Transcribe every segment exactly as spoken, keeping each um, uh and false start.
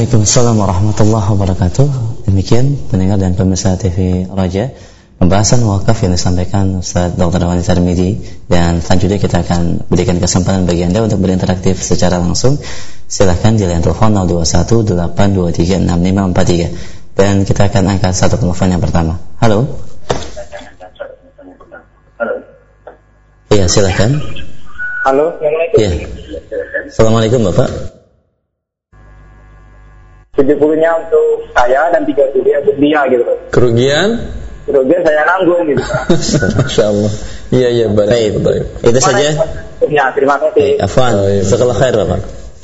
Waalaikumsalam warahmatullahi wabarakatuh. Demikian pendengar dan pemirsa T V Raja, pembahasan wakaf yang disampaikan Ustaz Doktor Wani Tarmidi, dan selanjutnya kita akan berikan kesempatan bagi Anda untuk berinteraktif secara langsung. Silahkan di line telepon nol dua satu delapan dua tiga enam lima empat tiga, dan kita akan angkat satu telepon yang pertama. Halo. Halo. Iya, silahkan. Halo. Assalamualaikum. Iya. Assalamualaikum Bapak. tujuh puluh-nya untuk saya dan tiga puluh-nya untuk dia gitu. Kerugian? Kerugian saya nanggung gitu. Masya Allah. Iya, iya, baik. Baik. Itu saja. Ya, terima kasih. Afwan. Oh, iya. Jazakallah khair Bapak.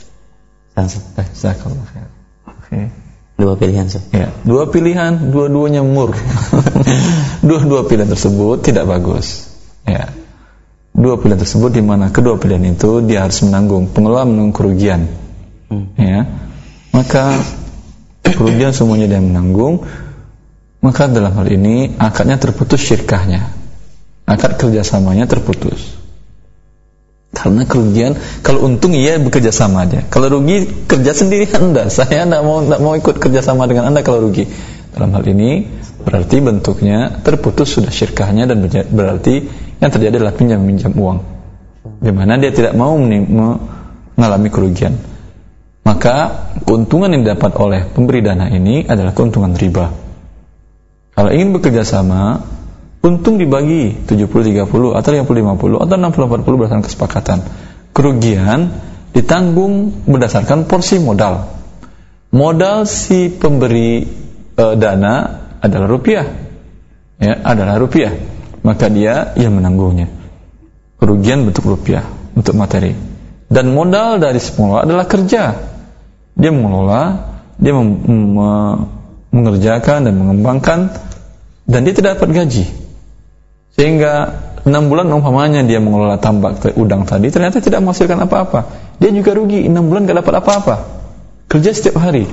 Jazakallah khair. Oke. Dua pilihan sih. Ya, dua pilihan, dua-duanya mur. Dua-dua pilihan tersebut tidak bagus. Ya. Dua pilihan tersebut di mana kedua pilihan itu dia harus menanggung, pengelola menanggung kerugian. Hmm. Ya. Maka kerugian semuanya dia menanggung, maka dalam hal ini akadnya terputus syirkahnya, akad kerjasamanya terputus. Karena kerugian, kalau untung iya bekerja sama aja, kalau rugi kerja sendiri Anda. Saya tidak mau tidak mau ikut kerjasama dengan Anda kalau rugi. Dalam hal ini berarti bentuknya terputus sudah syirkahnya, dan berarti yang terjadi adalah pinjam minjam uang, di mana dia tidak mau mengalami kerugian. Maka keuntungan yang didapat oleh pemberi dana ini adalah keuntungan riba. Kalau ingin bekerja sama, untung dibagi tujuh puluh tiga puluh atau lima puluh lima puluh atau enam puluh empat puluh berdasarkan kesepakatan. Kerugian ditanggung berdasarkan porsi modal. Modal si pemberi e, dana adalah rupiah. Ya, adalah rupiah. Maka dia yang menanggungnya. Kerugian bentuk rupiah, bentuk materi. Dan modal dari si pengelola adalah kerja. Dia mengelola, dia mem- mem- mengerjakan dan mengembangkan, dan dia tidak dapat gaji. Sehingga enam bulan umpamanya dia mengelola tambak udang tadi, ternyata tidak menghasilkan apa-apa. Dia juga rugi, enam bulan tidak dapat apa-apa. Kerja setiap hari.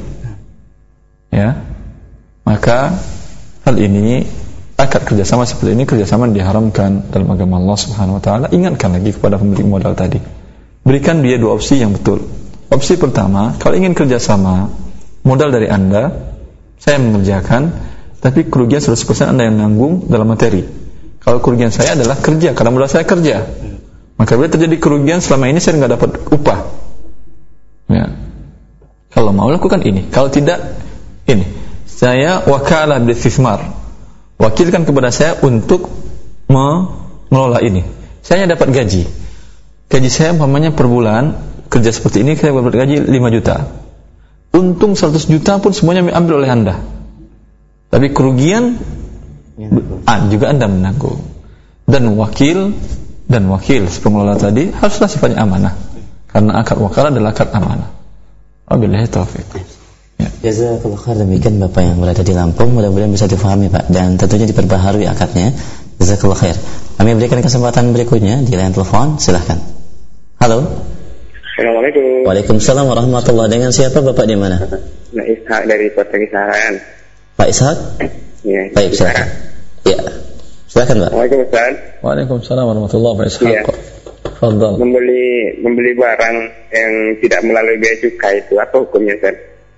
Ya. Maka hal ini, akad kerjasama seperti ini, kerjasama diharamkan dalam agama Allah Subhanahu Wa Taala. Ingatkan lagi kepada pemilik modal tadi. Berikan dia dua opsi yang betul. Opsi pertama, kalau ingin kerjasama, modal dari Anda, saya mengerjakan, tapi kerugian seratus persen Anda yang menanggung dalam materi. Kalau kerugian saya adalah kerja, karena modal saya kerja, maka bila terjadi kerugian selama ini saya nggak dapat upah. Ya. Kalau mau lakukan ini, kalau tidak ini, saya wakalah bistismar, wakilkan kepada saya untuk mengelola ini. Saya dapat gaji. Gaji saya umpamanya per bulan kerja seperti ini, saya dapat gaji lima juta. Untung seratus juta pun semuanya diambil oleh Anda. Tapi kerugian ya, ah, juga Anda menanggung. Dan wakil dan wakil pengelola tadi haruslah sifatnya amanah. Karena akad wakalah adalah akad amanah. Wabillahi taufiq. Ya. Jazakallah khair. Demikian Bapak yang berada di Lampung, mudah-mudahan bisa difahami Pak, dan tentunya diperbaharui akadnya. Jazakallah khair. Kami berikan kesempatan berikutnya di line telepon, silahkan. Halo. Assalamualaikum. Waalaikumsalam warahmatullahi. Dengan siapa Bapak di mana? Nah, Ishak dari Kota Kisaran. Pak Ishak? Iya. Baik, silakan. Ya. Silakan, Pak. Waalaikumsalam. Waalaikumsalam warahmatullahi wabarakatuh. Iya. Fadhal. Membeli membeli barang yang tidak melalui biaya cukai itu apa hukumnya, Ustaz?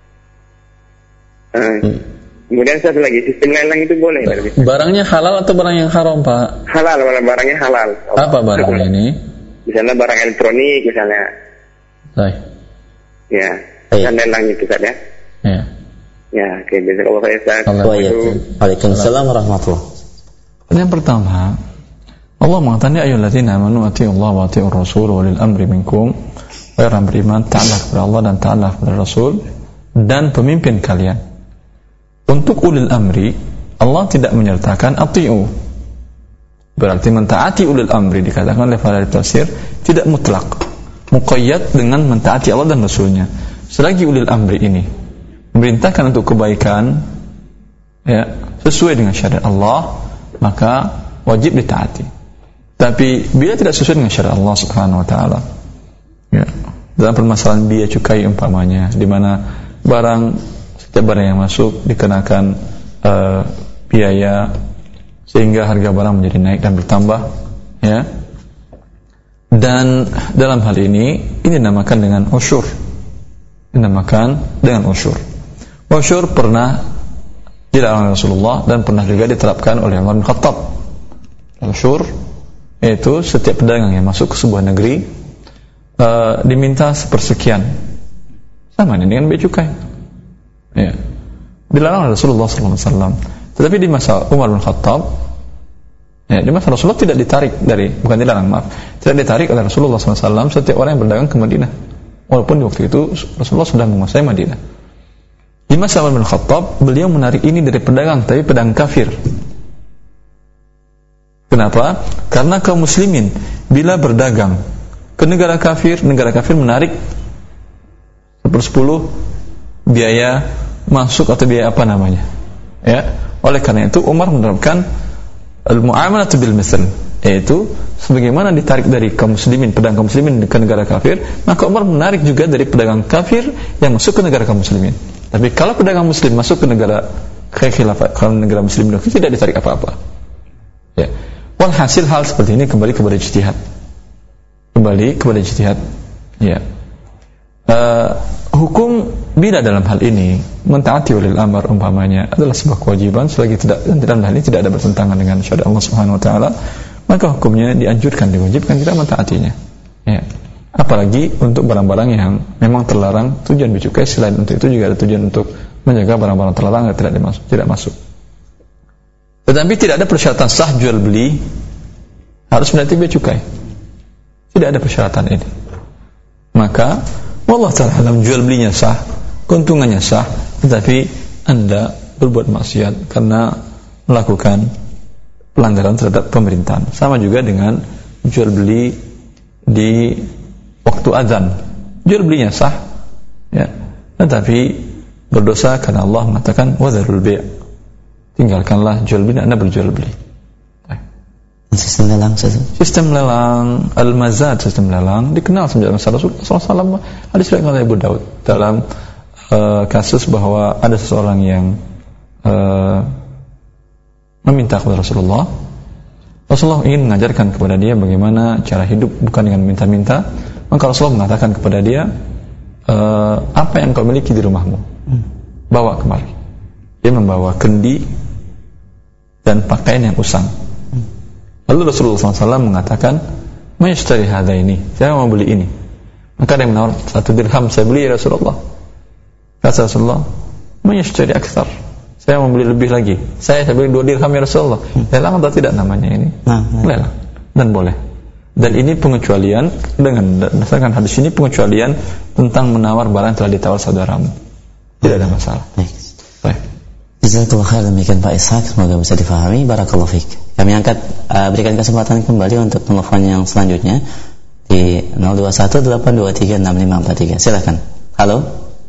Uh, hmm. Kemudian satu lagi, sistem lelang itu boleh? Barangnya halal atau barang yang haram, Pak? Halal, barangnya halal. Apa barangnya ini? Misalnya barang elektronik, misalnya. Baik. Ya, Baik. kan lelang itu, Ustaz ya? Ya. Ya, oke, bisa kalau saya Ustaz. Waalaikumsalam warahmatullahi wabarakatuh. Yang pertama, Allah mengatakan, ya ayyuhalladzina amanu atiiullaha wa atiiur rasul wa ulil amri minkum. Wahai orang beriman, taatlah kepada Allah dan taatlah kepada Rasul dan pemimpin kalian. Untuk ulil amri, Allah tidak menyertakan ati'u. Berarti mentaati ulil amri dikatakan oleh para tafsir tidak mutlak, muqayyad dengan mentaati Allah dan Rasulnya. Selagi ulil amri ini memerintahkan untuk kebaikan, ya, sesuai dengan syariat Allah, maka wajib ditaati. Tapi bila tidak sesuai dengan syariat Allah Subhanahu Wa Taala, ya, dalam permasalahan biaya cukai umpamanya, di mana barang setiap barang yang masuk dikenakan uh, biaya sehingga harga barang menjadi naik dan bertambah, ya. Dan dalam hal ini ini dinamakan dengan usyur. dinamakan dengan usyur. Usyur pernah dilarang Rasulullah dan pernah juga diterapkan oleh Umar bin Khattab. Usyur yaitu setiap pedagang yang masuk ke sebuah negeri uh, diminta sepersekian, sama ini dengan bea cukai. Ya. Dilarang oleh Rasulullah sallallahu alaihi wasallam. Tetapi di masa Umar bin Khattab, ya, di masa Rasulullah tidak ditarik dari, bukan dilarang, maaf, tidak ditarik oleh Rasulullah sallallahu alaihi wasallam setiap orang yang berdagang ke Madinah. Walaupun di waktu itu Rasulullah sudah menguasai Madinah. Di masa Umar bin Khattab, beliau menarik ini dari pedagang, tapi pedagang kafir. Kenapa? Karena kaum muslimin bila berdagang ke negara kafir, negara kafir menarik sepersepuluh biaya masuk atau biaya apa namanya. Ya, oleh karena itu Umar menerapkan al-mu'amalatu bil misl, yaitu sebagaimana ditarik dari kaum muslimin, pedagang kaum muslimin ke negara kafir, maka Umar menarik juga dari pedagang kafir yang masuk ke negara kaum muslimin. Tapi kalau pedagang muslim masuk ke negara khilafah, kalau negara muslim itu tidak ditarik apa-apa. Ya. Walhasil hal seperti ini kembali kepada ijtihad. Kembali kepada ijtihad. Ya. Uh, hukum bila dalam hal ini mentaati ulil amr umpamanya adalah sebuah kewajiban selagi tidak, dan dalam hal ini tidak ada bertentangan dengan syariat Allah Subhanahu wa taala, maka hukumnya dianjurkan, diwajibkan kita mentaatinya. Ya. Apalagi untuk barang-barang yang memang terlarang, tujuan bea cukai selain untuk itu juga ada tujuan untuk menjaga barang-barang terlarang agar tidak dimasuk, tidak masuk. Tetapi tidak ada persyaratan sah jual beli harus menaati bea cukai. Tidak ada persyaratan ini. Maka wallah ta'ala alam, jual belinya sah, keuntungannya sah, tetapi Anda berbuat maksiat karena melakukan pelanggaran terhadap pemerintahan. Sama juga dengan jual beli di waktu azan. Jual belinya sah, ya, tetapi berdosa karena Allah mengatakan wadharul bai'. Tinggalkanlah jual beli, Anda berjual beli. Sistem lelang, sistem, sistem lelang al-mazad, sistem lelang dikenal sejak masa Rasulullah sallallahu alaihi wasallam. Hadis riwayat oleh Abu Daud dalam uh, kasus bahwa ada seseorang yang uh, meminta kepada Rasulullah. Rasulullah ingin mengajarkan kepada dia bagaimana cara hidup bukan dengan minta-minta. Maka Rasulullah mengatakan kepada dia, uh, apa yang kau miliki di rumahmu, bawa kemari. Dia membawa kendi dan pakaian yang usang. Lalu Rasulullah sallallahu alaihi wasallam mengatakan, "Mayashtari hadha ini, saya mau beli ini." Maka dia menawar, satu dirham saya beli ya Rasulullah. Kata Rasulullah, "Mayashtari akthar, saya mau beli lebih lagi. Saya saya beli dua dirham ya Rasulullah." Lelang atau tidak namanya ini? Nah, nah. Lelang dan boleh. Dan ini pengecualian dengan berdasarkan hadis ini, pengecualian tentang menawar barang yang telah ditawar saudaramu. Tidak ada masalah. Baik. Baik. Jazakallahu khair, demikian Pak Ishaq, semoga bisa difahami. Barakallahu fiik. Kami angkat uh, berikan kesempatan kembali untuk telepon yang selanjutnya di nol dua satu delapan dua tiga enam lima empat tiga. Silakan. Halo.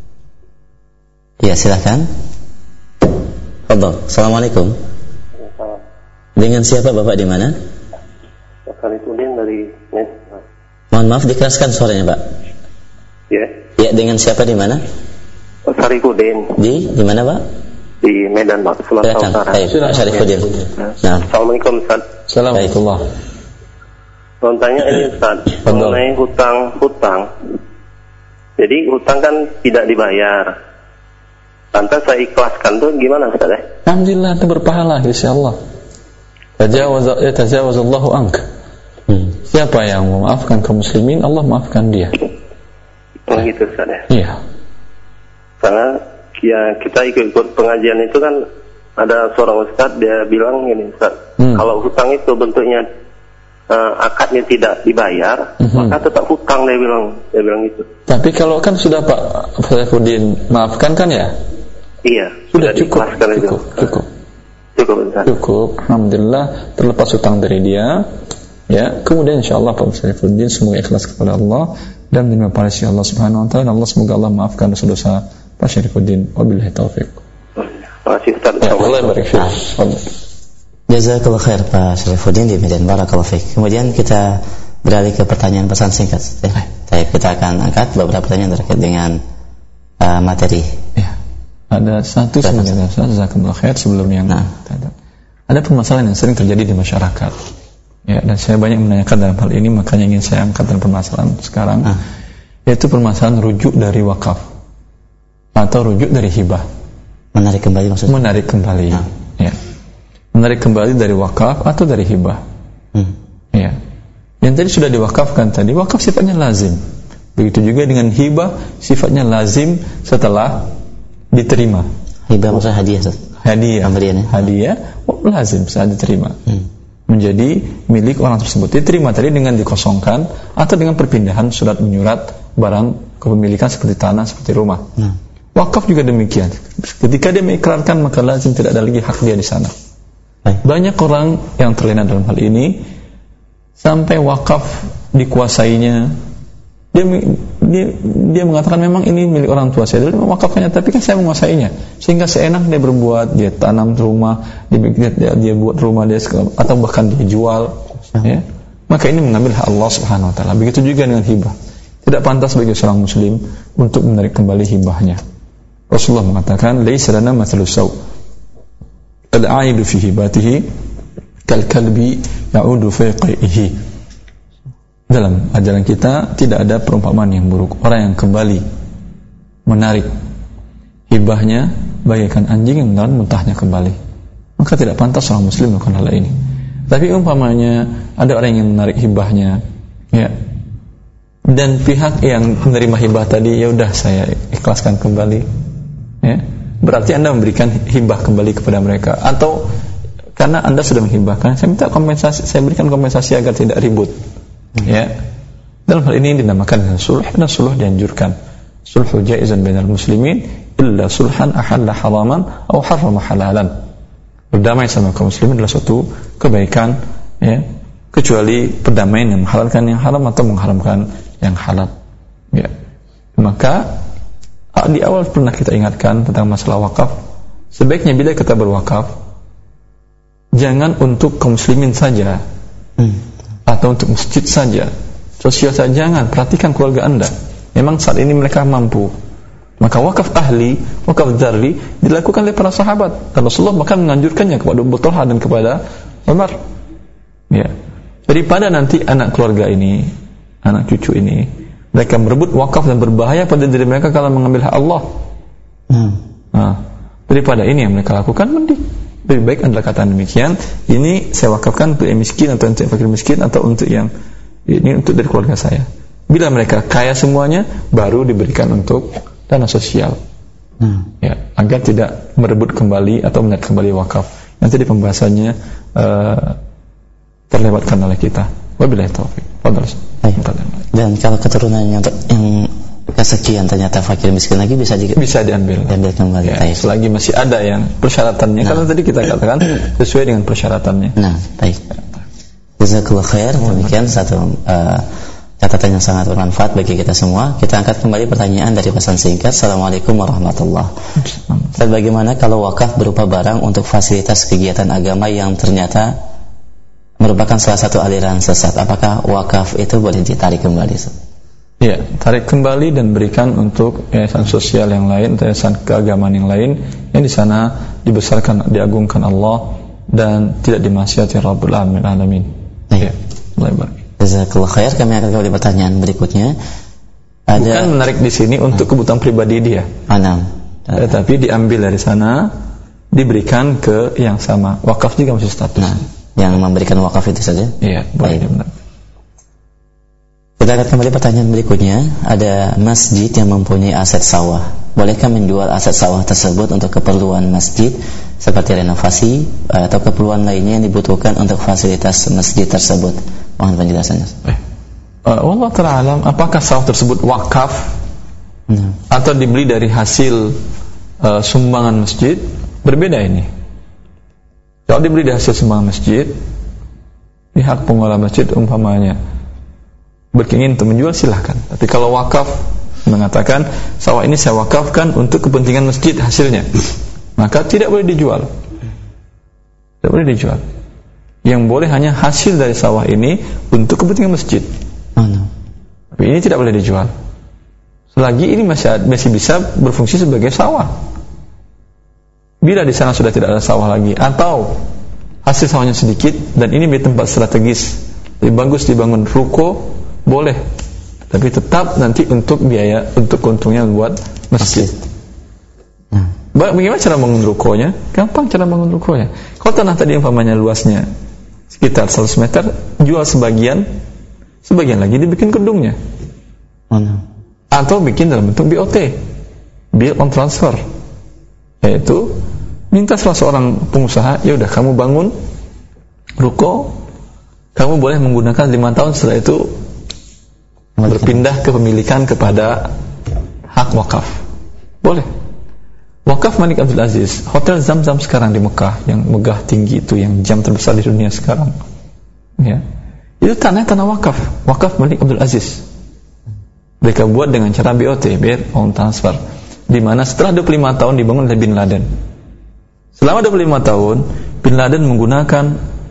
Iya, silakan. Fadhal. Assalamualaikum. Dengan siapa Bapak, di mana? Sarifudin dari Medan. Mohon maaf, dikeraskan suaranya Pak. Ya. Ya, dengan siapa, di mana? Sarifudin. Di di mana Pak? Di Medan, Pak, Sumatera Utara. Baik, Pak Syarifuddin. Nah. Assalamualaikum, Ustaz. Assalamualaikum. Mau tanya ini, Ustaz, mengenai hutang-hutang. Jadi hutang kan tidak dibayar. Lantas saya ikhlaskan tuh gimana, Ustaz? Alhamdulillah, itu berpahala insyaallah. Tajawaz ya tajawazallahu ank. Hmm. Siapa yang memaafkan kaum muslimin, Allah maafkan dia. Oh gitu, Ustaz ya. Iya. Karena ya kita ikut-ikut pengajian itu kan ada seorang ustaz, dia bilang gini, Ustaz, hmm. kalau hutang itu bentuknya uh, akadnya tidak dibayar, hmm. maka tetap hutang, dia bilang, dia bilang gitu. Tapi kalau kan sudah Pak Saifuddin maafkan kan ya? Iya, sudah, sudah cukup, cukup, itu. cukup, cukup, Ustaz. Cukup, alhamdulillah, terlepas hutang dari dia. Ya, kemudian insyaallah Pak Saifuddin semoga ikhlas kepada Allah dan menerima pahala Allah Subhanahu wa taala. Allah semoga Allah maafkan dosa-dosa Pak Syarifuddin. Wabillahi taufiq. Terima kasih Ustaz. Ya, Allah barik fiik. Jazakallahu khair Pak Syarifuddin di Medan. Barakallahu fiik. Kemudian kita beralih ke pertanyaan pesan singkat. Ya. Baik, kita akan angkat beberapa pertanyaan terkait dengan uh, materi. Ya. Ada satu sebenarnya, jazakallahu khair, sebelum yang nah. ada permasalahan yang sering terjadi di masyarakat. Ya, dan saya banyak menanyakan dalam hal ini, makanya ingin saya angkat dalam permasalahan sekarang. Nah. Yaitu permasalahan rujuk dari wakaf. atau rujuk dari hibah. Menarik kembali maksudnya? Menarik kembali. Nah. Ya. Menarik kembali dari wakaf atau dari hibah. Hmm. Ya. Yang tadi sudah diwakafkan tadi, wakaf sifatnya lazim. Begitu juga dengan hibah, sifatnya lazim setelah diterima. Hibah maksudnya hadiah. Hadiah. Pemberiannya. Hadiah oh, lazim saat diterima. Hmm. Menjadi milik orang tersebut. Diterima tadi dengan dikosongkan atau dengan perpindahan surat menyurat barang kepemilikan seperti tanah, seperti rumah. Hmm. Wakaf juga demikian. Ketika dia mengikrarkan, maka lazim tidak ada lagi hak dia di sana. Baik. Banyak orang yang terlena dalam hal ini sampai wakaf dikuasainya. Dia, dia dia mengatakan memang ini milik orang tua saya, dia mewakafkannya, tapi kan saya menguasainya. Sehingga seenak dia berbuat, dia tanam rumah, dia, dia, dia buat rumah dia atau bahkan dia jual. Ya. Maka ini mengambil hak Allah Subhanahu Wa Taala. Begitu juga dengan hibah. Tidak pantas bagi seorang muslim untuk menarik kembali hibahnya. Rasulullah mengatakan, "Laisa lana mathalus saw. Al-'aidu fi hibatihi kal kalbi ya'udu fi qai'ihi." Dalam ajaran kita tidak ada perumpamaan yang buruk. Orang yang kembali menarik hibahnya bagaikan anjing yang menelan muntahnya kembali. Maka tidak pantas seorang muslim melakukan hal ini. Tapi umpamanya ada orang yang menarik hibahnya, ya, dan pihak yang menerima hibah tadi, ya udah saya ikhlaskan kembali, ya, berarti Anda memberikan hibah kembali kepada mereka. Atau karena Anda sudah menghibahkan, saya minta kompensasi, saya berikan kompensasi agar tidak ribut. Hmm. Ya, dalam hal ini dinamakan dengan sulh, dan sulh dianjurkan. Sulhu jaizan bainal muslimin illa sulhan ahalla haraman atau harrama halalan. Berdamai sama kaum muslimin adalah suatu kebaikan, ya, kecuali perdamaian yang menghalalkan yang haram atau mengharamkan yang halal. Ya. Maka di awal pernah kita ingatkan tentang masalah wakaf. Sebaiknya bila kita berwakaf, jangan untuk kaum muslimin saja. Hmm. Atau untuk masjid saja, sosial saja, jangan. Perhatikan keluarga Anda. Memang saat ini mereka mampu. Maka wakaf ahli, wakaf dzarri dilakukan oleh para sahabat. Dan Rasulullah bahkan menganjurkannya kepada Abu Talha dan kepada Umar. Ya. Daripada nanti anak keluarga ini, anak cucu ini, mereka merebut wakaf dan berbahaya pada diri mereka kalau mengambil hak Allah. Hmm. Nah, daripada ini yang mereka lakukan, mending lebih baik Anda katakan demikian, ini saya wakafkan untuk yang miskin atau untuk yang fakir miskin atau untuk yang ini untuk dari keluarga saya. Bila mereka kaya semuanya, baru diberikan untuk dana sosial. Hmm. Ya, agar tidak merebut kembali atau menarik kembali wakaf. Nanti di pembahasannya uh, terlewatkan oleh kita. Wabillahi taufiq. Fadhal. Dan kalau keturunannya untuk yang kesekian ternyata fakir miskin lagi bisa juga bisa diambil, diambil kembali. Ya, selagi masih ada yang persyaratannya. Nah. Kalau tadi kita katakan sesuai dengan persyaratannya. Nah, baik. Jazakallahu khair. Demikian satu uh, catatan yang sangat bermanfaat bagi kita semua. Kita angkat kembali pertanyaan dari pesan singkat. Assalamualaikum warahmatullahi wabarakatuh. Dan bagaimana kalau wakaf berupa barang untuk fasilitas kegiatan agama yang ternyata merupakan salah satu aliran sesat? Apakah wakaf itu boleh ditarik kembali? Ya, tarik kembali dan berikan untuk yayasan sosial yang lain, yayasan keagamaan yang lain yang di sana dibesarkan, diagungkan Allah dan tidak dimaksiati Rabbul Alamin. Ya, lebar. Jazakallahu khair. Kami akan kembali pertanyaan berikutnya. Ada bukan menarik di sini untuk kebutuhan pribadi dia. Anam. Tetapi diambil dari sana, diberikan ke yang sama. Wakaf juga masih status. Nah, yang memberikan wakaf itu saja. Iya, boleh. Benar. Kita akan kembali pertanyaan berikutnya. Ada masjid yang mempunyai aset sawah. Bolehkah menjual aset sawah tersebut untuk keperluan masjid seperti renovasi atau keperluan lainnya yang dibutuhkan untuk fasilitas masjid tersebut? Mohon penjelasannya. Eh, uh, Allah Ta'ala alam, apakah sawah tersebut wakaf hmm. atau dibeli dari hasil uh, sumbangan masjid? Berbeda ini. Kalau dibeli dari hasil sumbangan masjid, pihak pengelola masjid umpamanya berkeinginan untuk menjual, silahkan. Tapi kalau wakaf, mengatakan sawah ini saya wakafkan untuk kepentingan masjid hasilnya, maka tidak boleh dijual. Tidak boleh dijual. Yang boleh hanya hasil dari sawah ini untuk kepentingan masjid. Oh, no. Tapi ini tidak boleh dijual. Selagi ini masih masih bisa berfungsi sebagai sawah. Bila di sana sudah tidak ada sawah lagi atau hasil sawahnya sedikit dan ini menjadi tempat strategis, lebih bagus dibangun ruko, boleh, tapi tetap nanti untuk biaya, untuk keuntungan buat masjid. Bagaimana cara bangun rukonya? Gampang cara bangun rukonya. Kalau tanah tadi umpamanya luasnya sekitar seratus meter, jual sebagian, sebagian lagi dibikin gedungnya. Mana? Atau bikin dalam bentuk B O T, bill on transfer, yaitu minta salah seorang pengusaha, ya udah kamu bangun ruko, kamu boleh menggunakan lima tahun, setelah itu berpindah kepemilikan kepada hak wakaf. Boleh. Wakaf Malik Abdul Aziz, Hotel Zam-Zam sekarang di Mekah yang megah tinggi itu, yang jam terbesar di dunia sekarang, ya, itu tanah tanah wakaf, wakaf Malik Abdul Aziz. Mereka buat dengan cara B O T, bill on transfer, di mana setelah dua puluh lima tahun dibangun oleh Bin Laden. Selama dua puluh lima tahun Bin Laden menggunakan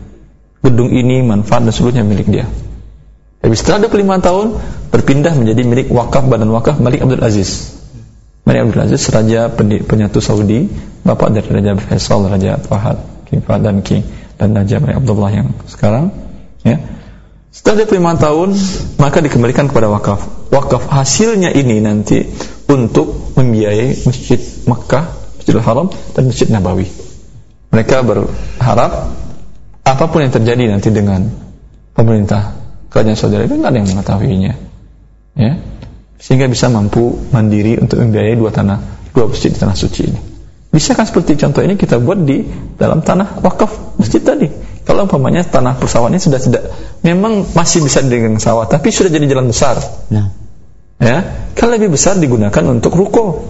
gedung ini, manfaat dan seluruhnya milik dia. Tapi setelah dua puluh lima tahun berpindah menjadi milik wakaf Badan Wakaf Malik Abdul Aziz. Malik Abdul Aziz, Raja Penyatu Saudi, bapak dari Raja Faisal, Raja Fahad, King Fahad dan King dan Raja Malik Abdullah yang sekarang, ya. Setelah dua puluh lima tahun maka dikembalikan kepada wakaf. Wakaf hasilnya ini nanti untuk membiayai Masjid Makkah, Masjidil Haram dan Masjid Nabawi. Mereka berharap apapun yang terjadi nanti dengan pemerintah kerajaan Saudi Arabia, tidak ada yang mengetahuinya, ya, sehingga bisa mampu mandiri untuk membiayai dua tanah, dua masjid di tanah suci ini. Bisa kan seperti contoh ini kita buat di dalam tanah wakaf masjid tadi. Kalau umpamanya tanah persawahannya sudah tidak, memang masih bisa dengan sawah, tapi sudah jadi jalan besar, nah, ya, kan lebih besar digunakan untuk ruko,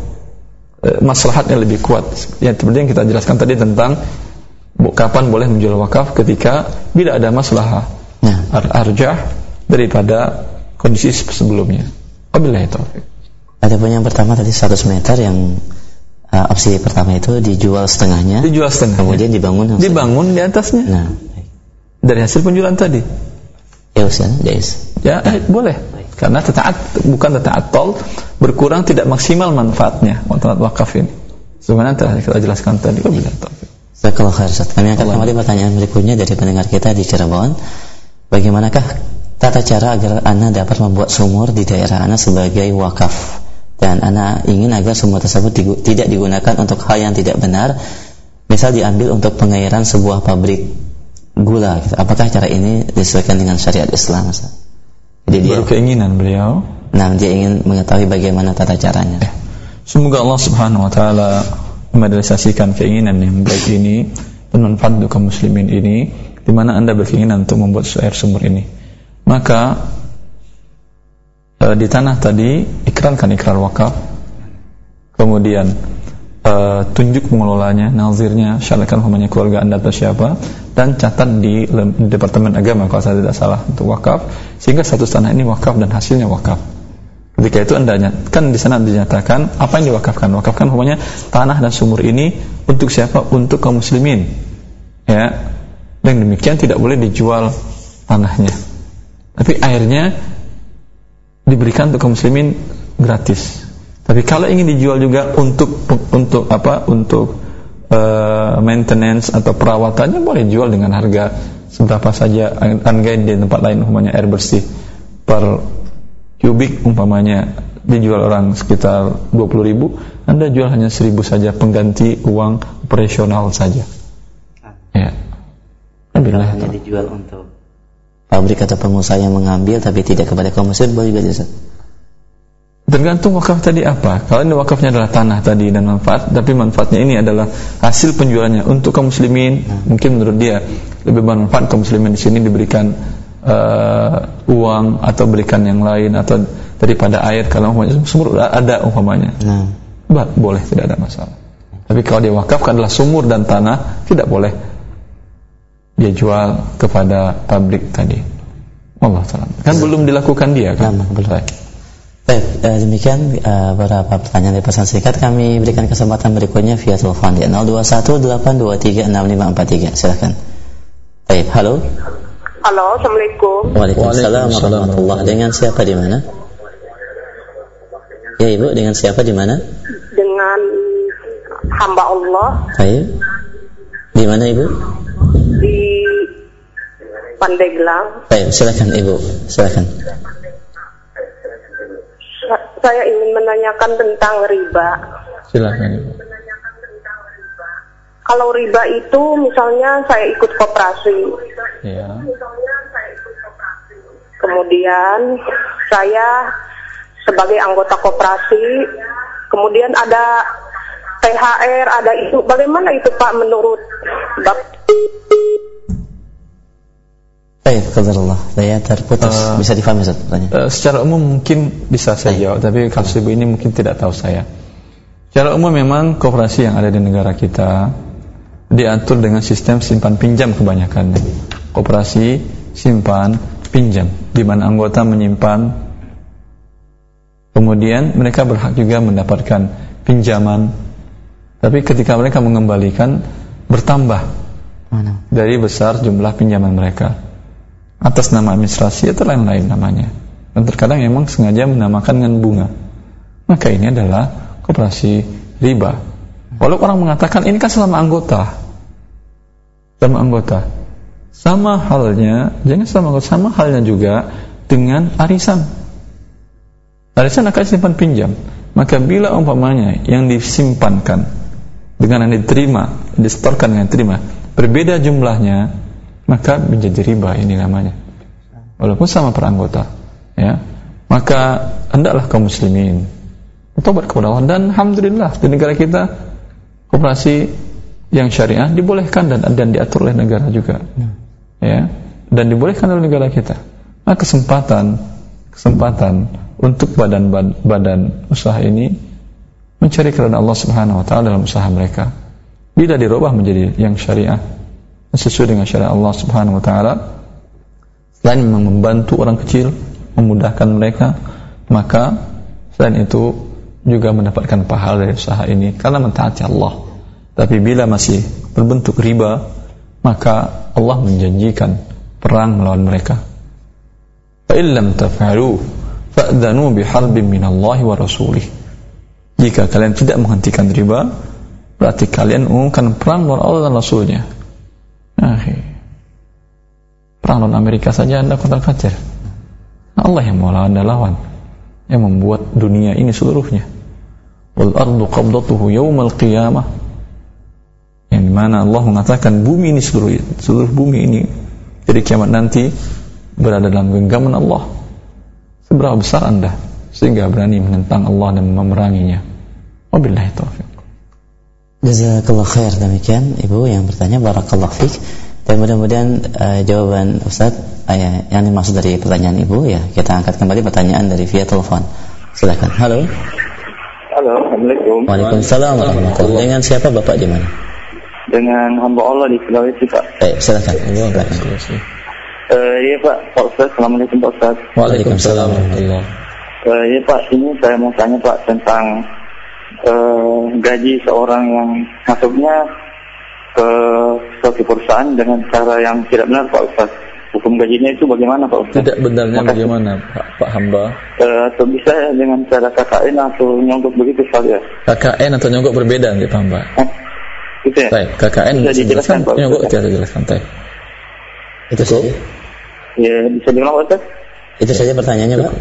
e, maslahatnya lebih kuat. Ya, seperti yang kita jelaskan tadi tentang kapan boleh menjual wakaf, ketika bila ada maslahah, nah, arjah daripada kondisi sebelumnya. Wabillahi taufik. Adapun yang pertama tadi seratus meter yang uh, opsi pertama itu dijual setengahnya, dijual setengah, kemudian dibangun dibangun di atasnya. Nah, dari hasil penjualan tadi. Ya Ustaz, jais. Ya, eh, boleh. Karena tataat bukan tataatol, berkurang tidak maksimal manfaatnya manfaat wakaf ini. Sebenarnya telah kita jelaskan tadi. Wabillahi taufik. Jazakallahu khair Ustaz. Kami akan kembali pertanyaan berikutnya dari pendengar kita di Cirebon. Bagaimanakah tata cara agar Anda dapat membuat sumur di daerah Anda sebagai wakaf, dan Anda ingin agar sumur tersebut digu- tidak digunakan untuk hal yang tidak benar, misal diambil untuk pengairan sebuah pabrik gula gitu. Apakah cara ini disesuaikan dengan syariat Islam, Ustaz? Jadi dia baru keinginan beliau. Nah, dia ingin mengetahui bagaimana tata caranya. Eh, semoga Allah Subhanahu wa taala merealisasikan keinginan yang baik ini dan manfaat untuk kaum muslimin ini, di mana Anda berkeinginan untuk membuat air sumur ini. Maka e, di tanah tadi ikrarkan ikrar wakaf, kemudian e, tunjuk pengelolanya, nazirnya, syaratkan umpamanya keluarga Anda atau siapa, dan catat di, di Departemen Agama kalau saya tidak salah untuk wakaf, sehingga status tanah ini wakaf dan hasilnya wakaf. Ketika itu Anda kan di sana dinyatakan apa yang diwakafkan. Wakafkan umpamanya tanah dan sumur ini untuk siapa? Untuk kaum muslimin, ya. Dan demikian tidak boleh dijual tanahnya, tapi airnya diberikan untuk kaum muslimin gratis. Tapi kalau ingin dijual juga untuk untuk apa? Untuk uh, maintenance atau perawatannya, boleh jual dengan harga seberapa saja. Harga di tempat lain umpamanya air bersih per kubik umpamanya dijual orang sekitar dua puluh ribu, Anda jual hanya seribu saja, pengganti uang operasional saja. Ya. Kalau hanya dijual untuk pabrik atau pengusaha yang mengambil tapi tidak kepada kaum muslimin, boleh juga Ustaz? Tergantung wakaf tadi apa. Kalau ini wakafnya adalah tanah tadi dan manfaat, tapi manfaatnya ini adalah hasil penjualannya untuk kaum muslimin, hmm. mungkin menurut dia lebih bermanfaat kaum muslimin di sini diberikan Uh, uang atau berikan yang lain atau daripada air. Kalau umpamanya sumur ada umpamanya, nah. bah, boleh, tidak ada masalah. Tapi kalau dia wakafkan adalah sumur dan tanah, tidak boleh dia jual kepada pabrik tadi. Allah taala. Kan Zat. belum dilakukan dia kan? Nah, belum. Baik, uh, demikian uh, beberapa pertanyaan dari pesan singkat. Kami berikan kesempatan berikutnya via telepon di nol dua satu delapan dua tiga enam lima empat tiga. Silakan. Baik, halo. Halo, Assalamualaikum. Waalaikumsalam warahmatullahi. Dengan siapa di mana? Ya Ibu, dengan siapa di mana? Dengan hamba Allah. Baik. Di mana Ibu? Di Pandeglang. Baik, silakan Ibu, silakan. Saya ingin menanyakan tentang riba. Silakan Ibu. kalau riba itu misalnya saya ikut koperasi. Ya. Kemudian saya sebagai anggota koperasi, kemudian ada T H R, ada itu. Bagaimana itu Pak menurut Bapak? Baik, qadarullah. Saya terputus. Uh, bisa difahami Ustaz pertanyaan? Uh, secara umum mungkin bisa saya jawab, tapi kasus ibu ini mungkin tidak tahu saya. Secara umum memang koperasi yang ada di negara kita diatur dengan sistem simpan pinjam kebanyakan. Koperasi simpan pinjam, di mana anggota menyimpan, kemudian mereka berhak juga mendapatkan pinjaman. Tapi ketika mereka mengembalikan bertambah Mana? dari besar jumlah pinjaman mereka atas nama administrasi atau lain-lain namanya. Dan terkadang memang sengaja menamakan dengan bunga. Maka ini adalah koperasi riba. Walau orang mengatakan ini kan selama anggota, sama anggota, sama halnya, jangan sama anggota, sama halnya juga dengan arisan. Arisan akan simpan pinjam. Maka bila umpamanya yang disimpankan dengan yang diterima, disetorkan dengan diterima, berbeda jumlahnya, maka menjadi riba ini namanya. Walaupun sama per anggota, ya. Maka hendaklah kaum muslimin bertobat kepada Allah, dan alhamdulillah di negara kita koperasi yang syariah dibolehkan dan dan diatur oleh negara juga. Ya. Dan dibolehkan oleh negara kita. Nah, kesempatan kesempatan untuk badan-badan usaha ini mencari keridhaan Allah Subhanahu wa taala dalam usaha mereka. Bila dirubah menjadi yang syariah, sesuai dengan syariat Allah Subhanahu wa taala, selain membantu orang kecil, memudahkan mereka, maka selain itu juga mendapatkan pahala dari usaha ini karena mentaati Allah. Tapi bila masih berbentuk riba, maka Allah menjanjikan perang melawan mereka. Fa illam taf'alu fa'dhanu biharbin minallahi wa rasulih. Jika kalian tidak menghentikan riba, berarti kalian mengumumkan perang melawan Allah dan Rasulnya. Nah, perang lawan Amerika saja Anda kontra kafir. Allah yang mau Anda lawan, yang membuat dunia ini seluruhnya. Wal ardu qabdatuhu yaumal qiyamah, yang dimana Allah mengatakan bumi ini seluruh seluruh bumi ini jadi kiamat nanti berada dalam genggaman Allah. Seberapa besar Anda sehingga berani menentang Allah dan memeranginya? Wabillahi taufiq. Jazakallah khair. Demikian Ibu yang bertanya, barakallahu fiik. Dan mudah-mudahan uh, jawaban Ustaz uh, yang dimaksud dari pertanyaan Ibu, ya kita angkat kembali pertanyaan dari via telepon. Silakan. Halo. Halo, Assalamualaikum. Waalaikumsalam warahmatullahi wabarakatuh. Dengan siapa Bapak di mana? Dengan hamba Allah di Sulawesi, Pak. Baik, silakan. Ibu angkat. Eh, iya Pak, Pak Ustaz. Assalamualaikum Pak Ustaz. Waalaikumsalam warahmatullahi wabarakatuh. Eh, iya Pak, ini saya mau tanya Pak tentang eh, gaji seorang yang masuknya ke suatu perusahaan dengan cara yang tidak benar Pak Ustaz. Hukum gajinya itu bagaimana Pak Ustaz? Tidak benarnya Makasih. Bagaimana Pak, Pak Hamba? Eh, atau bisa dengan cara K K N atau nyogok begitu Pak ya? K K N atau nyogok berbeda nih Pak Hamba? Eh, gitu ya? Baik, K K N bisa dijelaskan Pak Ustaz? Nyogok tidak dijelaskan Pak. Itu saja. Ya, bisa diulang Pak Ustaz? Itu saja pertanyaannya Pak.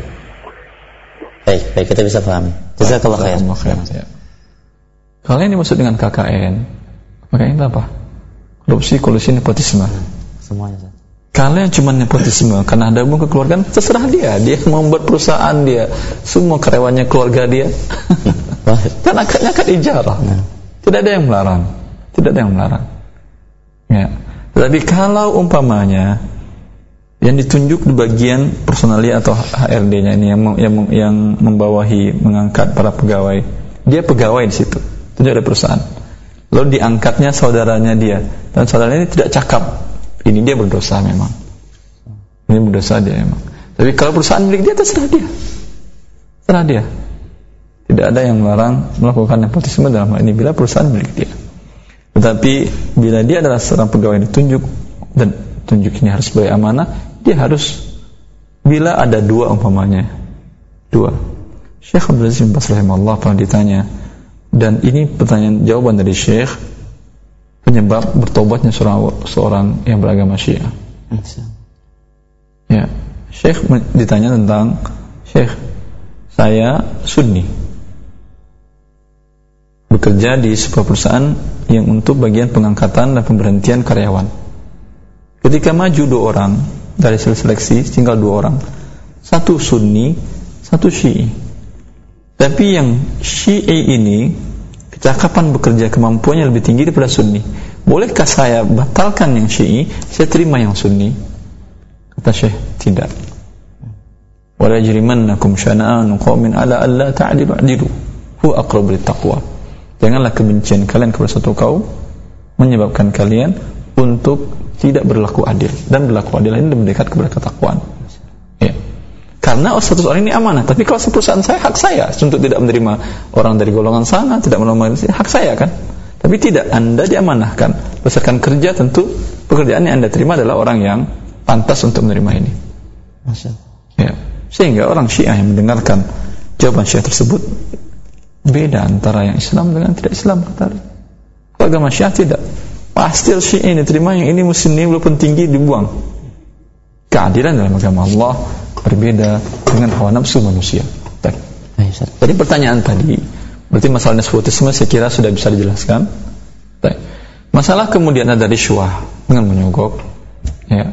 Baik, baik, kita bisa pahami. Jazakallah khair. Kalau yang dimaksud dengan K K N, maka ini apa? Korupsi, kolusi, nepotisme. Semuanya. Kalau yang cuma nepotisme karena ada hubungan kekeluargaan, terserah dia. Dia mau membuat perusahaan dia, semua karyawannya keluarga dia. Dan akadnya akad ijarah. Nah. Tidak ada yang melarang. Tidak ada yang melarang. Ya. Tapi kalau umpamanya yang ditunjuk di bagian personalia atau H R D-nya ini yang yang, yang membawahi, mengangkat para pegawai, dia pegawai di situ, tunjuk dari perusahaan. Lalu diangkatnya saudaranya dia, dan saudaranya ini tidak cakap, ini dia berdosa memang. Ini berdosa dia memang. Tapi kalau perusahaan milik dia, terserah dia, terserah dia. Tidak ada yang melarang melakukan nepotisme dalam hal ini bila perusahaan milik dia. Tetapi bila dia adalah seorang pegawai yang ditunjuk dan tunjuk ini harus sebagai amanah, dia harus, bila ada dua umpamanya, dua. Syekh Abdul Aziz bin Baz rahimahullah pernah ditanya, dan ini pertanyaan jawaban dari Syekh, penyebab bertobatnya seorang seorang yang beragama Syiah. Ya, Syekh ditanya tentang, Syekh, saya Sunni, bekerja di sebuah perusahaan yang untuk bagian pengangkatan dan pemberhentian karyawan. Ketika maju dua orang dari seleksi, tinggal dua orang, satu Sunni, satu Syi'i. Tapi yang Syi'i ini kecakapan bekerja, kemampuannya lebih tinggi daripada Sunni. Bolehkah saya batalkan yang Syi'i, saya terima yang Sunni? Kata Syekh, tidak. Wala yajrimannakum syana'anu qaumin ala alla ta'dilu adilu huwa aqrabu littaqwa. Janganlah kebencian kalian kepada satu kaum menyebabkan kalian untuk tidak berlaku adil, dan berlaku adil ini lebih dekat kepada ketakwaan. Ya. Karena status orang ini amanah, tapi kalau perusahaan saya, hak saya untuk tidak menerima orang dari golongan sana, tidak menerima, hak saya kan. Tapi tidak, Anda diamanahkan berdasarkan kerja, tentu pekerjaan yang Anda terima adalah orang yang pantas untuk menerima ini. Masya. Ya. Sehingga orang Syiah yang mendengarkan jawaban Syiah tersebut, beda antara yang Islam dengan tidak Islam. Kata kalau agama Syiah tidak, pasti Syiah ini terima, yang ini Muslim walaupun tinggi dibuang. Keadilan dalam agama Allah berbeda dengan hawa nafsu manusia. Baik. Jadi pertanyaan tadi, berarti masalah nepotisme saya kira sudah bisa dijelaskan. Baik. Masalah kemudian ada risyuah dengan menyogok, ya.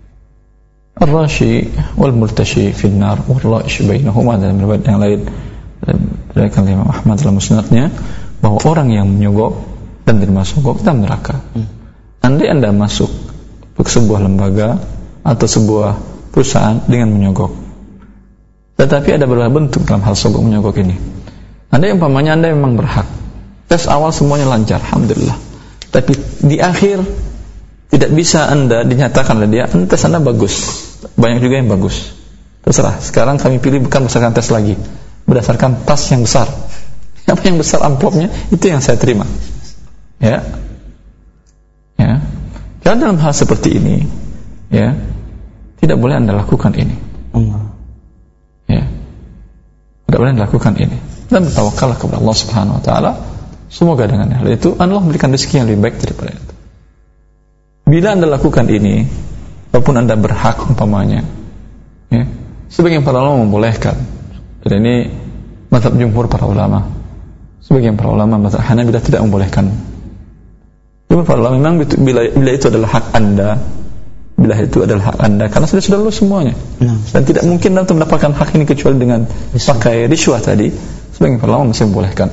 Ar-rashi wal murtashi fil nar wal ra'ish bainahuma, dalam riwayat yang lain diriwayatkan oleh Imam Ahmad dalam musnadnya, bahwa orang yang menyogok dan termasuk dalam neraka. Hmm. Andai Anda masuk ke sebuah lembaga atau sebuah perusahaan dengan menyogok, tetapi ada beberapa bentuk dalam hal sogok menyogok ini. Andai umpamanya Anda memang berhak, tes awal semuanya lancar, alhamdulillah, tapi di akhir tidak bisa Anda dinyatakan oleh dia, tes Anda bagus, banyak juga yang bagus, terserah, sekarang kami pilih bukan berdasarkan tes lagi, berdasarkan tas yang besar. Apa yang besar amplopnya, itu yang saya terima. Ya, ya. Kalau dalam hal seperti ini, ya, tidak boleh Anda lakukan ini. Allah. Ya, tidak boleh Anda lakukan ini. Dan bertawakallah kepada Allah Subhanahu Wa Taala. Semoga dengan hal itu Allah memberikan rezeki yang lebih baik daripada itu. Bila Anda lakukan ini, walaupun Anda berhak umpamanya, ya, sebagian para ulama membolehkan. Dan ini mazhab jumhur para ulama. Sebagian para ulama mazhab Hanabilah tidak membolehkan. Cuma para ulama memang bila, bila itu adalah hak Anda, bila itu adalah hak Anda, karena sudah sudah lulus semuanya, nah, dan tidak mungkin Anda mendapatkan hak ini kecuali dengan pakai riswah tadi. Sebagian para ulama masih membolehkan.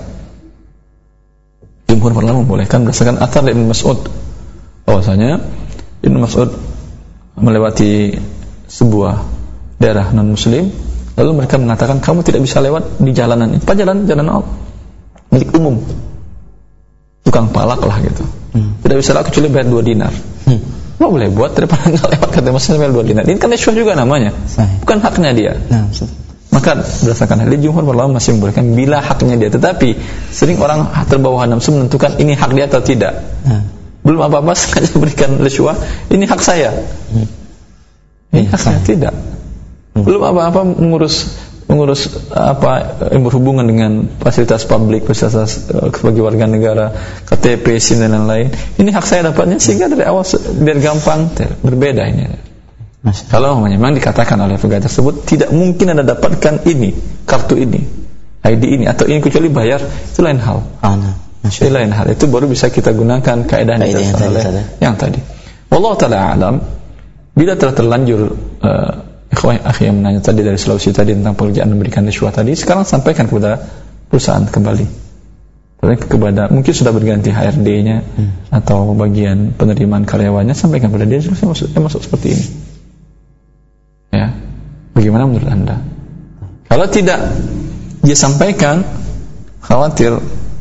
Jumhur para ulama membolehkan berdasarkan athar Ibnu Mas'ud, bahwasanya Ibnu Mas'ud melewati sebuah daerah non muslim, lalu mereka mengatakan kamu tidak bisa lewat di jalanan ini, apa jalan jalan Allah milik umum, tukang palak lah gitu, hmm. tidak bisa lewat kecuali bayar dua dinar. Hmm. Lo boleh buat daripada nggak lewat, kata Masnya bayar dua dinar. Ini kan riswah juga namanya, Sahih. Bukan haknya dia. Nah, maka berdasarkan hal ini jumhur ulama masih membolehkan bila haknya dia. Tetapi sering orang terbawa nafsu menentukan ini hak dia atau tidak. Nah. Belum apa-apa sengaja berikan riswah, ini hak saya. Hmm. Ini hak saya tidak. Hmm. Belum apa-apa mengurus mengurus apa yang berhubungan dengan fasilitas publik, fasilitas uh, sebagai warga negara, K T P, SIM dan lain-lain. Ini hak saya dapatnya, sehingga dari awal biar gampang berbeda ini. Masya. Kalau memang dikatakan oleh pegawai tersebut tidak mungkin Anda dapatkan ini, kartu ini, I D ini atau ini kecuali bayar, itu lain hal. Oh, nah. Itu lain hal. Itu baru bisa kita gunakan kaidah yang tadi oleh yang tadi. Wallahu taala alam. Bila telah terlanjur uh, ikhwah akhi yang menanya tadi dari Sulawesi tadi tentang pekerjaan memberikan riswah tadi, sekarang sampaikan kepada perusahaan kembali. Kepada mungkin sudah berganti H R D-nya hmm. atau bagian penerimaan karyawannya, sampaikan kepada dia, saya masuk, saya masuk seperti ini. Ya, bagaimana menurut Anda? Kalau tidak dia sampaikan, khawatir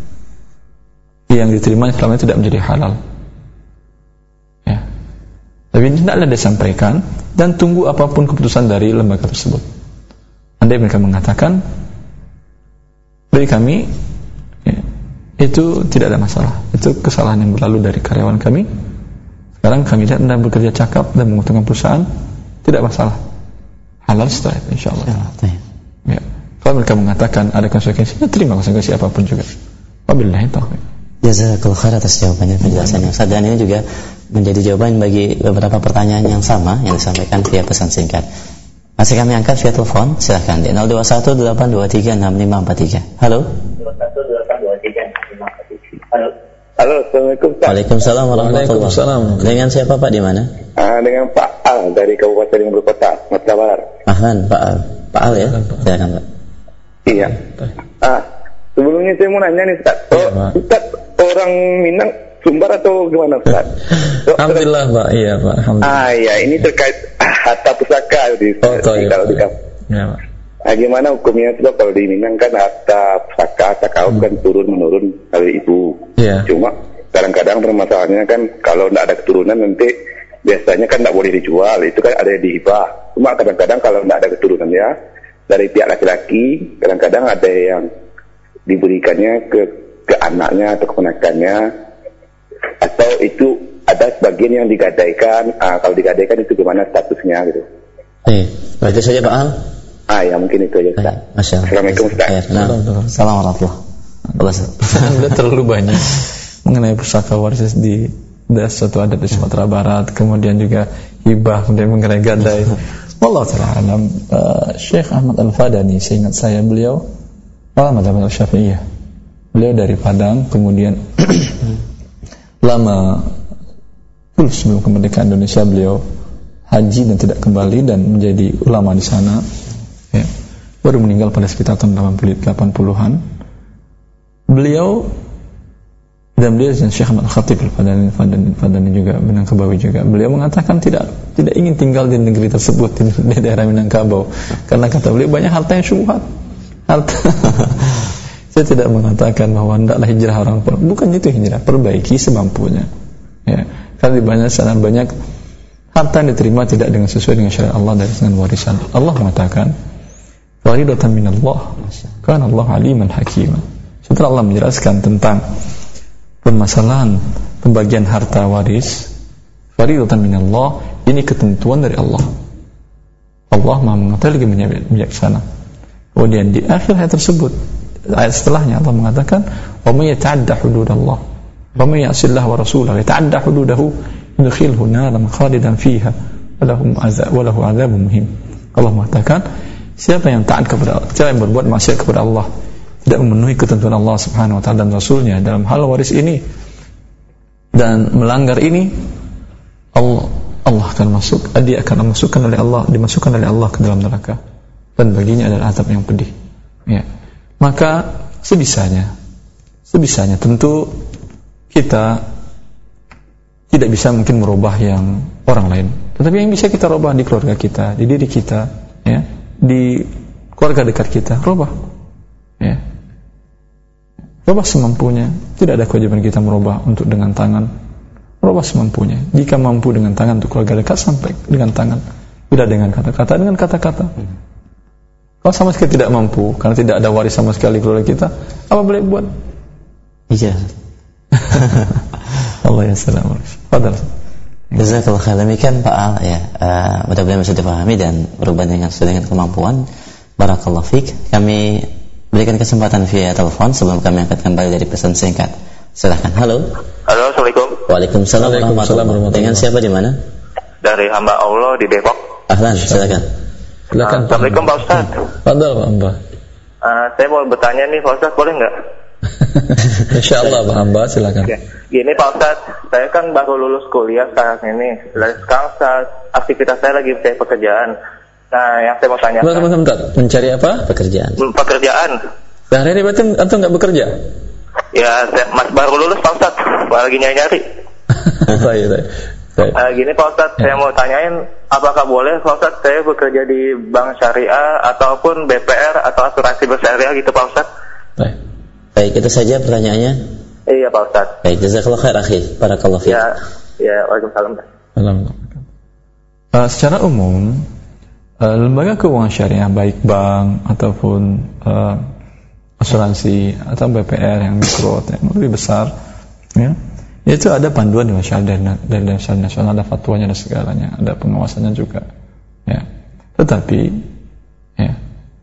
yang diterima selama itu tidak menjadi halal. Ya, tapi tidaklah dia sampaikan dan tunggu apapun keputusan dari lembaga tersebut. Andai mereka mengatakan bagi kami, ya, itu tidak ada masalah, itu kesalahan yang berlalu dari karyawan kami. Sekarang kami lihat Anda bekerja cakap dan menguntungkan perusahaan, tidak masalah, halal setelah itu insyaallah. Ya, ya. Kalau mereka mengatakan ada konsekuensinya, terima konsekuensi apapun juga. Wabillahi taufiq. Jazakallahu khair atas jawabannya, penjelasannya. Dan ini juga menjadi jawaban bagi beberapa pertanyaan yang sama yang disampaikan via pesan singkat. Masih kami angkat via telepon, silahkan di nol dua satu delapan dua tiga enam lima empat tiga. Halo. Halo. Halo, Assalamualaikum Pak. Waalaikumsalam warahmatullahi wabarakatuh. Dengan siapa Pak, di mana? Uh, dengan Pak Al dari Kabupaten Bogor Kota, Sumatera Barat. Ahlan, Pak Al. Pak Al ya? Silakan Pak. Iya. Ah, sebelumnya saya mau nanya nih Ustaz. Oh, ya, Ustaz, orang Minang Sumbar atau gimana Ustaz? So, Alhamdulillah Pak, iya Pak. Alhamdulillah. Ah iya, ini terkait harta pusaka di oh, toh, di, ya, kalau di ya. Ya, Pak. Ah, gimana hukumnya sebab kalau di Minang kan harta pusaka, harta kaum hmm. kan turun menurun dari ibu. Yeah. Cuma kadang-kadang permasalahannya kan kalau tidak ada keturunan nanti biasanya kan tidak boleh dijual, itu kan ada di hibah. Cuma kadang-kadang kalau tidak ada keturunan ya dari pihak laki-laki, kadang-kadang ada yang diberikannya ke ke anaknya atau keponakannya, atau itu ada sebagian yang digadaikan. Ah, kalau digadaikan itu gimana statusnya gitu? Eh, itu saja Pak Al. Ah ya mungkin itu aja Ustaz. Masya Allah. Assalamualaikum Ustaz. Nah, Assalamualaikum warahmatullahi wabarakatuh. Udah terlalu banyak mengenai pusaka waris di ada suatu adat di Sumatera Barat, kemudian juga hibah, kemudian mengenai gadai. Wallahu ta'ala alam. Uh, Syekh Ahmad Al-Fadani, seingat saya beliau ulama mazhab Syafi'iyah. Beliau dari Padang, kemudian lama dulu sebelum kemerdekaan Indonesia beliau haji dan tidak kembali dan menjadi ulama di sana. Ya. Baru meninggal pada sekitar tahun delapan puluhan. Beliau dan beliau dan Syekh Ahmad Khatib Al-Fadani Fadani juga Minangkabawi juga. Beliau mengatakan tidak tidak ingin tinggal di negeri tersebut, di, di daerah Minangkabau, karena kata beliau banyak harta yang syubhat. Harta. Saya tidak mengatakan bahwa hendaklah hijrah orang pun. Bukan itu hijrah, perbaiki semampunya. Ya. Karena di banyak sana banyak harta yang diterima tidak dengan sesuai dengan syariat Allah dari dengan warisan. Allah mengatakan waridatan minallah, kana Allah aliman hakima. Setelah Allah menjelaskan tentang permasalahan pembagian harta waris, waridatan minallah, ini ketentuan dari Allah. Allah Maha mengetahui lagi bijaksana. Kemudian di akhir ayat tersebut, ayat setelahnya Allah mengatakan, wa may yata'adda hududallah, wa may ya'sillah wa rasulahu yata'adda hududahu yudkhilhu naran khalidan fiha wa lahum azab wa lahu adzabun muhim. Allah mengatakan, siapa yang taat kepada Allah, siapa yang berbuat maksiat kepada Allah, tidak memenuhi ketentuan Allah Subhanahu wa taala dan Rasulnya dalam hal waris ini dan melanggar ini, Allah Allah akan masuk, dia akan dimasukkan oleh Allah, dimasukkan oleh Allah ke dalam neraka dan baginya adalah azab yang pedih. Ya. Maka sebisanya, sebisanya tentu kita tidak bisa mungkin merubah yang orang lain, tetapi yang bisa kita rubah di keluarga kita, di diri kita, ya, di keluarga dekat kita, rubah, ya, rubah semampunya. Tidak ada kewajiban kita merubah untuk dengan tangan, rubah semampunya. Jika mampu dengan tangan untuk keluarga dekat, sampai dengan tangan, tidak dengan kata-kata, dengan kata-kata. Kalau sama sekali tidak mampu, karena tidak ada waris sama sekali keluarga kita, apa boleh buat? Iya. Allah ya salam. Fadal. Jazakallah khair. Demikian Pak Al ya. Uh, mudah-mudahan bisa dipahami dan berubah dengan sesuai dengan kemampuan. Barakallahu fiik. Kami berikan kesempatan via telepon sebelum kami angkat kembali dari pesan singkat. Silakan. Halo. Halo, Assalamualaikum. Waalaikumsalam warahmatullahi wabarakatuh. Dengan siapa di mana? Dari hamba Allah di Depok. Ahlan, silakan. Silakan. Uh, Assalamualaikum Pak Ustaz. Fadal Pak Amba. Uh, saya mau bertanya nih Pak Ustaz, boleh nggak? Insyaallah Pak Amba, silakan. Ya. Gini Pak Ustaz, saya kan baru lulus kuliah sekarang ini. Sekarang saat aktivitas saya lagi mencari pekerjaan. Nah, yang saya mau tanya. Bentar, bentar, bentar. Mencari apa? Pekerjaan. Pekerjaan. Sehari-hari berarti antum nggak bekerja? Ya, saya mas baru lulus Pak Ustaz, lagi nyari-nyari. Baik, baik. Uh, gini Pak Ustaz, ya. Saya mau tanyain, apakah boleh Pak Ustaz saya bekerja di bank syariah ataupun B P R atau asuransi bersyariah gitu Pak Ustaz? Baik. Baik, itu saja pertanyaannya. Iya Pak Ustaz. Baik, jazakallahu khair akhi. Barakallahu fiik. Ya, ya, waalaikumsalam. Alhamdulillah. Uh, secara umum, uh, lembaga keuangan syariah baik bank ataupun uh, asuransi atau B P R yang mikro yang lebih besar, ya, itu ada panduan dari syariah dan dari syariah nasional, ada fatwanya dan segalanya, ada pengawasannya juga, ya. Tetapi, ya,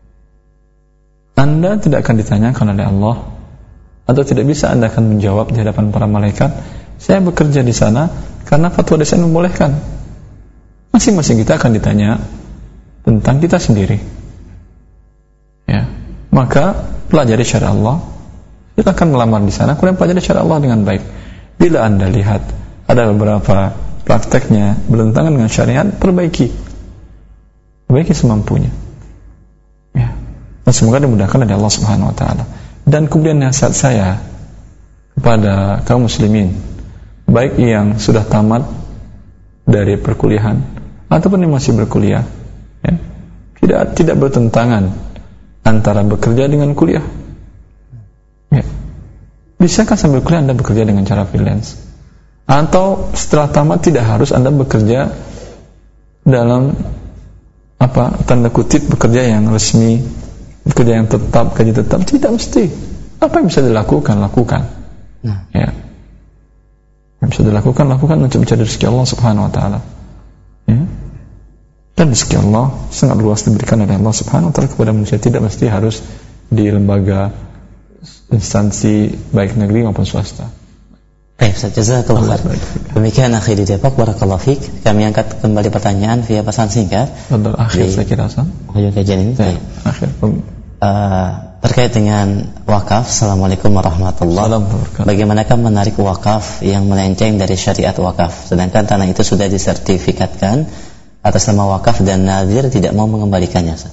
Anda tidak akan ditanyakan oleh Allah, atau tidak bisa Anda akan menjawab di hadapan para malaikat, saya bekerja di sana karena fatwa desain membolehkan. Masing-masing kita akan ditanya tentang kita sendiri, ya. Maka pelajari syariat Allah, kita akan melamar di sana, kemudian pelajari syariat Allah dengan baik. Bila Anda lihat ada beberapa prakteknya bertentangan dengan syariat, perbaiki. Perbaiki semampunya. Ya. Dan semoga dimudahkan oleh Allah Subhanahu wa taala. Dan kemudian nasihat saya kepada kaum muslimin, baik yang sudah tamat dari perkuliahan ataupun yang masih berkuliah, ya, tidak tidak bertentangan antara bekerja dengan kuliah. Ya. Bisakah sambil kuliah Anda bekerja dengan cara freelance? Atau setelah tamat tidak harus Anda bekerja dalam apa tanda kutip bekerja yang resmi, bekerja yang tetap, gaji tetap? Tidak mesti. Apa yang bisa dilakukan, lakukan. Nah. Ya. Yang bisa dilakukan, lakukan untuk mencari rezeki Allah Subhanahu wa taala. Ya. Dan rezeki Allah sangat luas diberikan oleh Allah Subhanahu wa taala kepada manusia, tidak mesti harus di lembaga instansi baik negeri maupun swasta. Baik, Ustaz, jazakallahu khair. Demikian akhi di Depok, barakallahu fiik. Kami angkat kembali pertanyaan via pesan singkat. Betul, akhir saya kira Hasan. Ujung kajian ini. Ya, akhir. Uh, terkait dengan wakaf. Assalamualaikum warahmatullahi wabarakatuh. Bagaimanakah menarik wakaf yang melenceng dari syariat wakaf, sedangkan tanah itu sudah disertifikatkan atas nama wakaf dan nazir tidak mau mengembalikannya, Ustaz?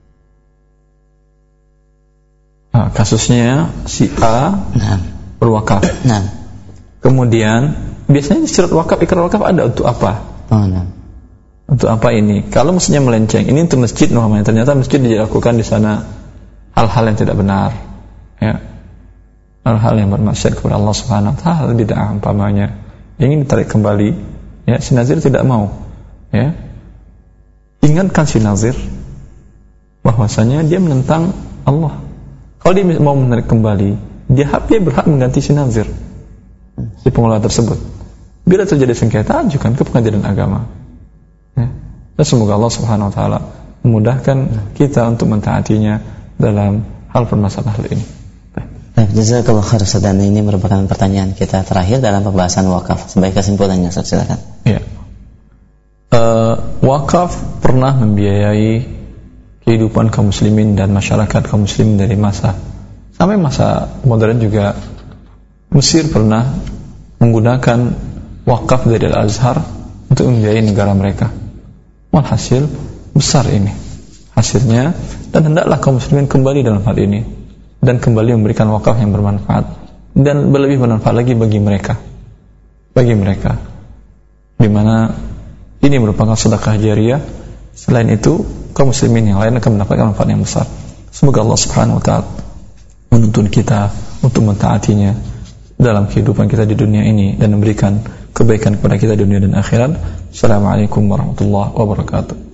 Nah, kasusnya si A nah. berwakaf. Nah. Kemudian biasanya di surat wakaf, ikrar wakaf ada untuk apa? Oh, nah. Untuk apa ini? Kalau maksudnya melenceng, ini untuk masjid namanya. Ternyata masjid dilakukan di sana hal-hal yang tidak benar, ya, hal-hal yang bermaksiat kepada Allah Subhanahu wa taala, bid'ah umpamanya, ingin ditarik kembali, ya, si nazir tidak mau, ya. Ingatkan si nazir bahwasanya dia menentang Allah. Kalau dia mau menarik kembali, dia dia berhak mengganti si nazir, si pengelola tersebut. Bila terjadi sengketa, ajukan ke pengadilan agama. Ya. Dan semoga Allah Subhanahu wa taala memudahkan kita untuk mentaatinya dalam hal permasalahan ini. Baik, jazakallahu khair, Ustaz. Dan ini merupakan pertanyaan kita terakhir dalam pembahasan wakaf. Sebagai kesimpulannya, Ustaz, silakan. Ya. Uh, wakaf pernah membiayai kehidupan kaum muslimin dan masyarakat kaum muslimin dari masa sampai masa modern juga. Mesir pernah menggunakan wakaf dari Al-Azhar untuk membiayai negara mereka. Walhasil besar ini hasilnya, dan hendaklah kaum muslimin kembali dalam hal ini dan kembali memberikan wakaf yang bermanfaat dan lebih bermanfaat lagi bagi mereka, bagi mereka, di mana ini merupakan sedekah jariyah. Selain itu, kaum muslimin yang lain akan mendapatkan manfaat yang besar. Semoga Allah Subhanahu wa taala menuntun kita untuk mentaatinya dalam kehidupan kita di dunia ini dan memberikan kebaikan kepada kita di dunia dan akhirat. Assalamualaikum warahmatullahi wabarakatuh.